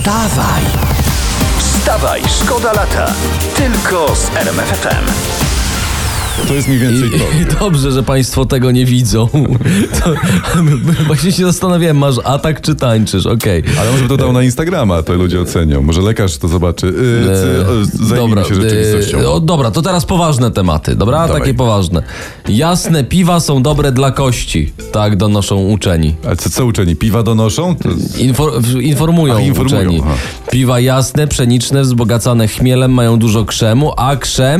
Wstawaj! Wstawaj, szkoda lata. Tylko z RMF FM. To jest mniej więcej to. Dobrze, że państwo tego nie widzą. Właśnie się zastanawiałem, masz atak czy tańczysz? Okej. Ale może by to dał na Instagrama, to ludzie ocenią. Może lekarz to zobaczy. Zajmijmy się rzeczywistością. Dobra, to teraz poważne tematy, dobra? Dawaj. Takie poważne. Jasne piwa są dobre dla kości. Tak donoszą uczeni. A co uczeni? Piwa donoszą? Informują informują, uczeni. aha. Piwa jasne, pszeniczne, wzbogacane chmielem mają dużo krzemu, a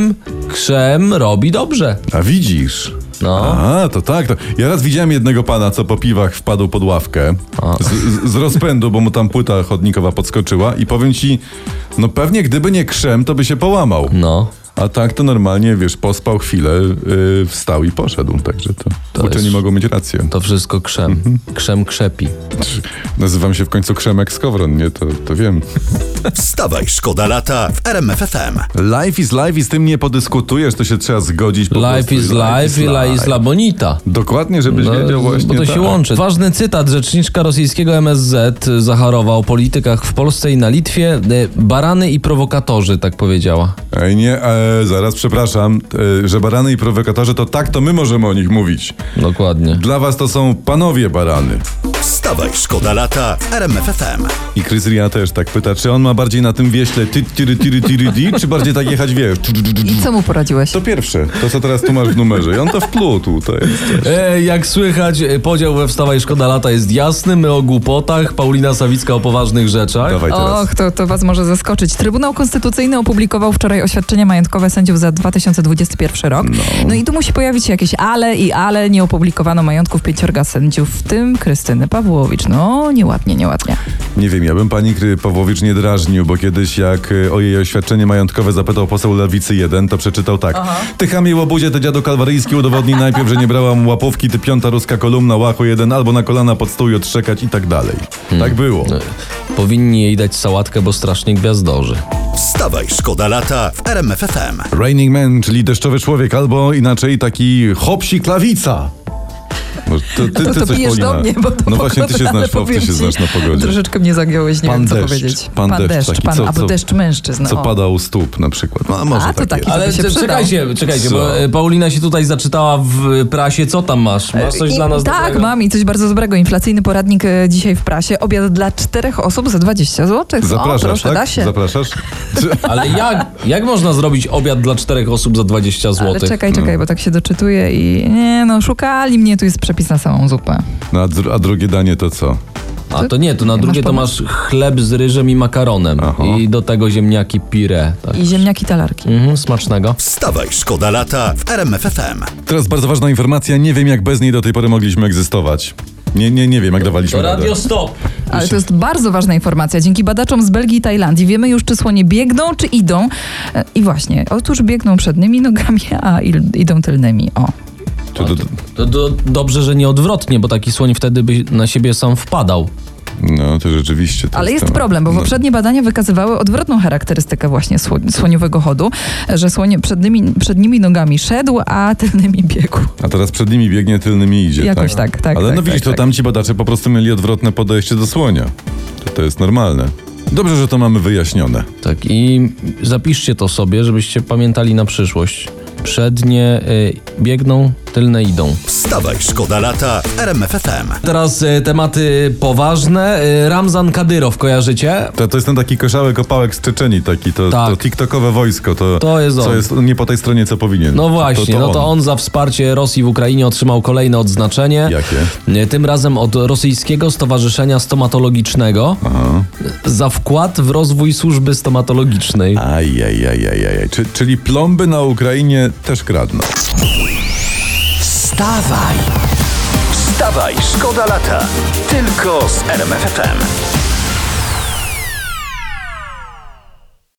krzem robi dobrze. A widzisz? No. A, to tak. To. Ja raz widziałem jednego pana, co po piwach wpadł pod ławkę z rozpędu, bo mu tam płyta chodnikowa podskoczyła i powiem ci, no pewnie gdyby nie krzem, to by się połamał. No. A tak to normalnie, wiesz, pospał chwilę, wstał i poszedł. Także to uczeni jest- mogą mieć rację. To wszystko krzem. Krzem krzepi. Nazywam się w końcu Krzemek Skowron, nie? To wiem. Wstawaj, szkoda lata w RMF FM. Life is life i z tym nie podyskutujesz, to się trzeba zgodzić po Life prostu. is life i la isla bonita. Dokładnie, żebyś wiedział właśnie bo to się tak. łączy. Ważny cytat rzeczniczka rosyjskiego MSZ Zacharowa o politykach w Polsce i na Litwie. Barany i prowokatorzy, tak powiedziała. Ej, nie, zaraz, przepraszam, że barany i prowokatorzy to tak, to my możemy o nich mówić. Dokładnie. Dla was to są panowie barany. Wstawaj, szkoda lata w RMF FM. I Chris Ria też tak pyta, czy on ma bardziej na tym wieśle czy bardziej tak jechać, wiesz? I co mu poradziłeś? To pierwsze, to co teraz tu masz w numerze. I on to wplótł, to jest. Jak słychać, podział we Wstawaj Szkoda Lata jest jasny. My o głupotach, Paulina Sawicka o poważnych rzeczach. Dawaj teraz. Och, to was może zaskoczyć. Trybunał Konstytucyjny opublikował wczoraj oświadczenia majątkowe sędziów za 2021 rok. No i tu musi pojawić się jakieś ale nie opublikowano majątków 5 sędziów, w tym Krystyny Pawłowicz. No, nieładnie. Nie wiem, ja bym pani Pawłowicz nie drażnił, bo kiedyś jak o jej oświadczenie majątkowe zapytał poseł Lewicy 1, to przeczytał tak. Ty chamie łobuzie, to dziadu kalwaryjski udowodni najpierw, że nie brałam łapówki, ty piąta ruska kolumna, łachu 1, albo na kolana pod stół i odszczekać i tak dalej. Tak było. Powinni jej dać sałatkę, bo strasznie gwiazdorzy. Wstawaj, szkoda lata w RMF FM. Raining Man, czyli deszczowy człowiek, albo inaczej taki hopsi klawica. Może ty To coś, pijesz Paulina. do mnie, bo to No właśnie, ty się pogoda, ale znasz, powiem ty się ci, znasz na pogodzie. Troszeczkę mnie zagiąłeś, nie Pan wiem co deszcz, powiedzieć. pan deszcz taki, albo deszcz mężczyzn. Co o. pada u stóp na przykład. No, może A, to tak taki jest. Ale Ale się przydał. czekajcie, Co? bo Paulina się tutaj zaczytała w prasie. Co tam masz? Masz coś dla nas Tak, dobrego? mam i coś bardzo dobrego. Inflacyjny poradnik dzisiaj w prasie. Obiad dla 4 osób za 20 zł. Zapraszasz, proszę, tak? da się. Zapraszasz? Ale jak można zrobić obiad dla 4 osób za 20 zł? Ale czekaj, bo tak się doczytuję i nie no, szukali mnie, tu jest przepis na samą zupę. No, a drugie danie to co? A to nie, to na Nie drugie masz to masz chleb z ryżem i makaronem. Aha. I do tego ziemniaki pire. Tak. I ziemniaki talarki. Smacznego. Wstawaj, szkoda lata w RMF FM. Teraz bardzo ważna informacja. Nie wiem, jak bez niej do tej pory mogliśmy egzystować. Nie wiem, jak dawaliśmy To radę. Radio Stop. Ale to jest bardzo ważna informacja. Dzięki badaczom z Belgii i Tajlandii wiemy już, czy słonie biegną, czy idą. I właśnie, otóż biegną przednimi nogami, a idą tylnymi. O. To Dobrze, że nie odwrotnie, bo taki słoń wtedy by na siebie sam wpadał. No, to rzeczywiście. To Ale jest temat. problem, bo No. poprzednie badania wykazywały odwrotną charakterystykę właśnie słoniowego chodu, że słoń przednimi nogami szedł, a tylnymi biegł. A teraz przed nimi biegnie, tylnymi idzie. Jakoś tak. Ale no tak, widzisz, tak. to tamci badacze po prostu mieli odwrotne podejście do słonia. To jest normalne. Dobrze, że to mamy wyjaśnione. Tak, i zapiszcie to sobie, żebyście pamiętali na przyszłość. Przednie biegną, tylne idą. Wstawaj, szkoda lata w RMF FM. Teraz tematy poważne. Ramzan Kadyrow, kojarzycie? To jest ten taki koszałek opałek z Czeczenii, taki to Tak. tiktokowe wojsko, To jest on. co jest nie po tej stronie, co powinien. No właśnie, to on za wsparcie Rosji w Ukrainie otrzymał kolejne odznaczenie. Jakie? Tym razem od rosyjskiego Stowarzyszenia Stomatologicznego Aha. za wkład w rozwój służby stomatologicznej. Ajajajajajaj. Czyli plomby na Ukrainie też kradną. Wstawaj, szkoda lata. Tylko z RMF FM.